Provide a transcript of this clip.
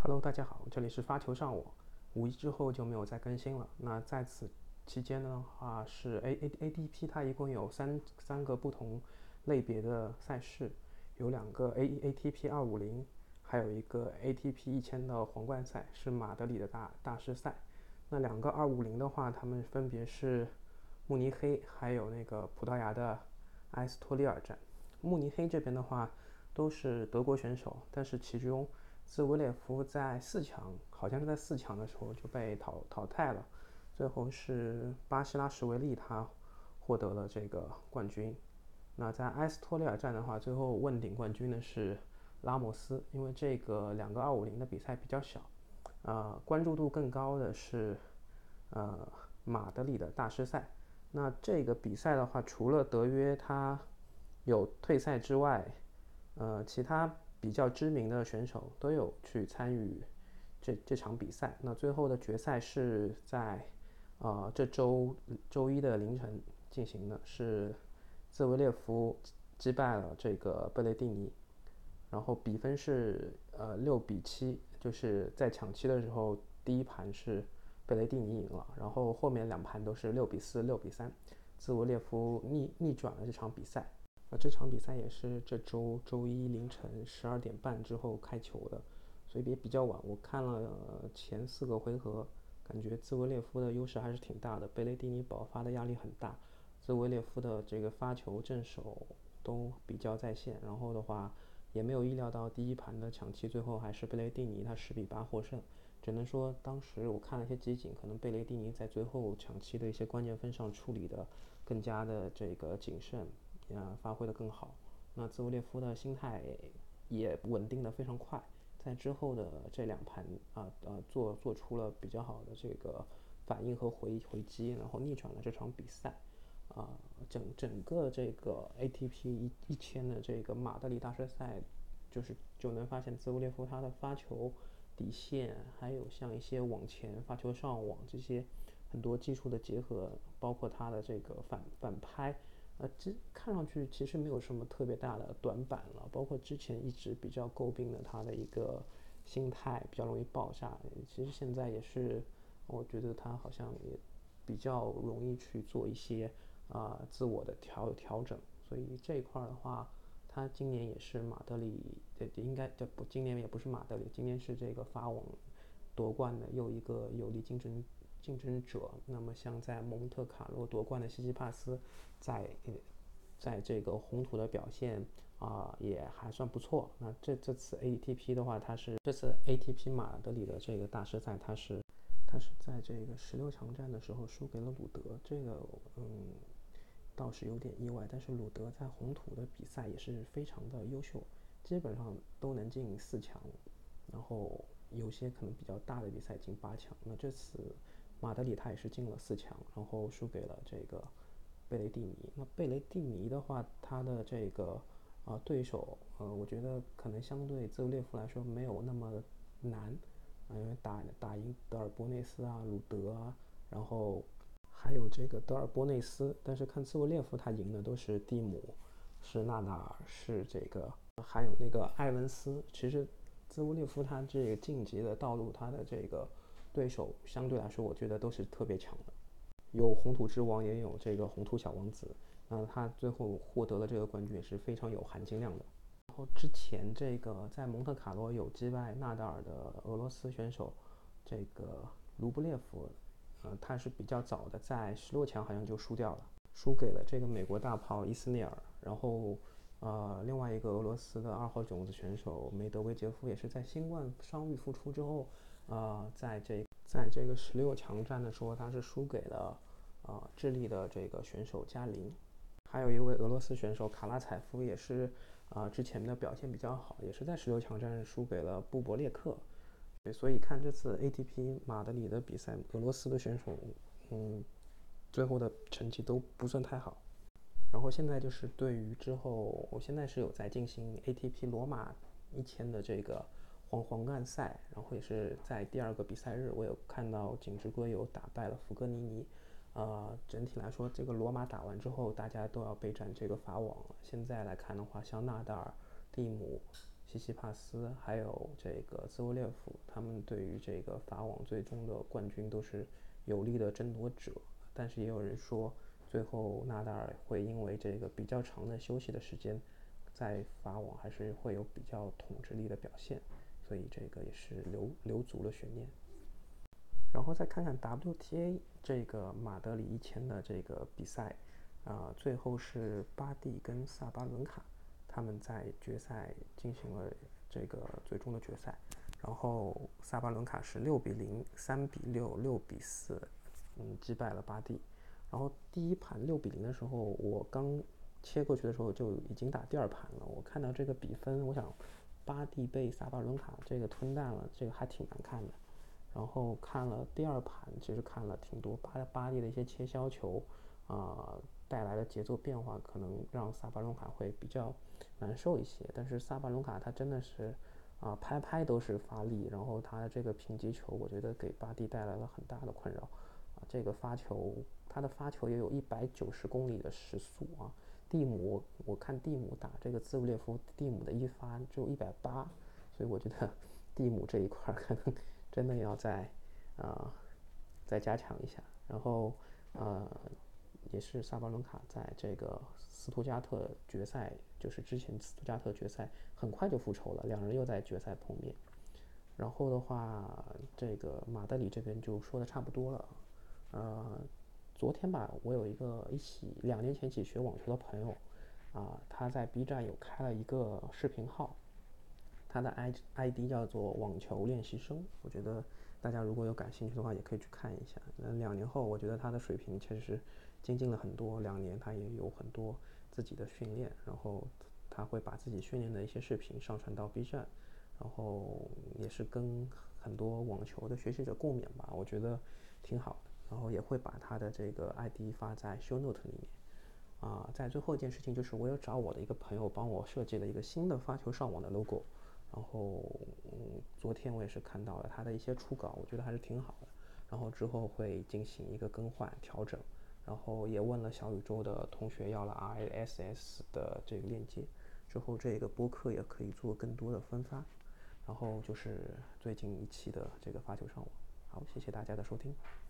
Hello，大家好，这里是发球上网。五一之后就没有再更新了。那在此期间的话，是 ATP 它一共有三个不同类别的赛事，有2个 ATP 250，还有一个 ATP 1000的皇冠赛，是马德里的大师赛。那2个250的话，他们分别是慕尼黑还有那个葡萄牙的埃斯托利尔站。慕尼黑这边的话都是德国选手，但是其中兹维列夫在四强，好像是在四强的时候就被淘汰了，最后是巴西拉什维利他获得了这个冠军。那在埃斯托利尔站的话，最后问鼎冠军的是拉莫斯，因为这个2个250的比赛比较小，关注度更高的是马德里的大师赛。那这个比赛的话，除了德约他有退赛之外，其他比较知名的选手都有去参与这场比赛。那最后的决赛是在这周一的凌晨进行的，是兹维列夫击败了这个贝雷蒂尼，然后比分是6-7，就是在抢七的时候，第一盘是贝雷蒂尼赢了，然后后面2盘都是6-4、6-3，兹维列夫逆转了这场比赛。这场比赛也是这周一凌晨12点半之后开球的，所以也比较晚。我看了前4个回合，感觉兹维列夫的优势还是挺大的，贝雷蒂尼爆发的压力很大，兹维列夫的这个发球正手都比较在线，然后的话也没有意料到第一盘的抢七最后还是贝雷蒂尼他10-8获胜。只能说当时我看了一些集锦，可能贝雷蒂尼在最后抢七的一些关键分上处理的更加的这个谨慎，发挥的更好。那兹维列夫的心态也稳定的非常快，在之后的这2盘做出了比较好的这个反应和回击，然后逆转了这场比赛。整个这个 ATP 1000的这个马德里大师赛，就能发现兹维列夫他的发球底线，还有像一些网前发球上网这些很多技术的结合，包括他的这个反拍，看上去其实没有什么特别大的短板了。包括之前一直比较诟病的他的一个心态比较容易爆炸，其实现在也是，我觉得他好像也比较容易去做一些自我的调整。所以这一块的话，他今年也是马德里，应该不，今年也不是马德里，今年是这个法网夺冠的又一个有力竞争者。那么像在蒙特卡洛夺冠的西西帕斯，在这个红土的表现也还算不错。那这次 ATP 的话，这次 ATP 马德里的这个大师赛，他是在这个16强战的时候输给了鲁德，这个倒是有点意外。但是鲁德在红土的比赛也是非常的优秀，基本上都能进4强，然后有些可能比较大的比赛进8强。那这次马德里他也是进了4强，然后输给了这个贝雷蒂尼。那贝雷蒂尼的话，他的这个对手，我觉得可能相对兹维列夫来说没有那么难，因为打赢德尔波内斯鲁德然后还有这个德尔波内斯。但是看兹维列夫他赢的都是蒂姆，是纳达尔，是这个还有那个埃文斯。其实兹维列夫他这个晋级的道路，他的这个对手相对来说，我觉得都是特别强的，有红土之王，也有这个红土小王子。他最后获得了这个冠军也是非常有含金量的。然后之前这个在蒙特卡洛有击败纳达尔的俄罗斯选手，这个卢布列夫，他是比较早的，在16强好像就输掉了，输给了这个美国大炮伊斯涅尔。然后另外一个俄罗斯的2号种子选手梅德韦杰夫也是在新冠伤愈复出之后，在这个16强战的时候，他是输给了智利的这个选手加林。还有一位俄罗斯选手卡拉采夫也是之前的表现比较好，也是在16强战输给了布博列克。对，所以看这次 ATP 马德里的比赛，俄罗斯的选手最后的成绩都不算太好。然后现在就是对于之后，我现在是有在进行 ATP 罗马1000的这个皇冠赛，然后也是在第2个比赛日，我有看到景之圭有打败了福格尼尼。整体来说，这个罗马打完之后，大家都要备战这个法网了。现在来看的话，像纳达尔、蒂姆， 西西帕斯还有这个兹维列夫，他们对于这个法网最终的冠军都是有力的争夺者。但是也有人说，最后纳达尔会因为这个比较长的休息的时间，在法网还是会有比较统治力的表现，所以这个也是留足了悬念。然后再看看 WTA 这个马德里1000的这个比赛，最后是巴蒂跟萨巴伦卡他们在决赛进行了这个最终的决赛，然后萨巴伦卡是6-0、3-6、6-4，击败了巴蒂。然后第一盘6-0的时候，我刚切过去的时候就已经打第二盘了。我看到这个比分，我想巴蒂被萨巴伦卡这个吞淡了，这个还挺难看的。然后看了第二盘，其实看了挺多巴蒂的一些切削球，带来的节奏变化可能让萨巴伦卡会比较难受一些。但是萨巴伦卡他真的是拍拍都是发力，然后他的这个平击球，我觉得给巴蒂带来了很大的困扰。这个发球，他的发球也有190公里的时速啊。蒂姆，我看蒂姆打这个兹维列夫，蒂姆的一发只有180，所以我觉得蒂姆这一块可能真的要再加强一下。然后也是萨巴伦卡在这个斯图加特决赛，就是之前斯图加特决赛很快就复仇了，两人又在决赛碰面。然后的话，这个马德里这边就说的差不多了。昨天吧，我有一个2年前一起学网球的朋友，他在 B 站有开了一个视频号，他的 ID 叫做网球练习生。我觉得大家如果有感兴趣的话，也可以去看一下。2年后，我觉得他的水平确实是精进了很多。2年他也有很多自己的训练，然后他会把自己训练的一些视频上传到 B 站，然后也是跟很多网球的学习者共勉吧，我觉得挺好的。然后也会把他的这个 ID 发在 show note 里面。在最后一件事情就是，我有找我的一个朋友帮我设计了一个新的发球上网的 logo。然后，昨天我也是看到了他的一些初稿，我觉得还是挺好的。然后之后会进行一个更换调整。然后也问了小宇宙的同学要了 RSS 的这个链接，之后这个播客也可以做更多的分发。然后就是最近一期的这个发球上网。好，谢谢大家的收听。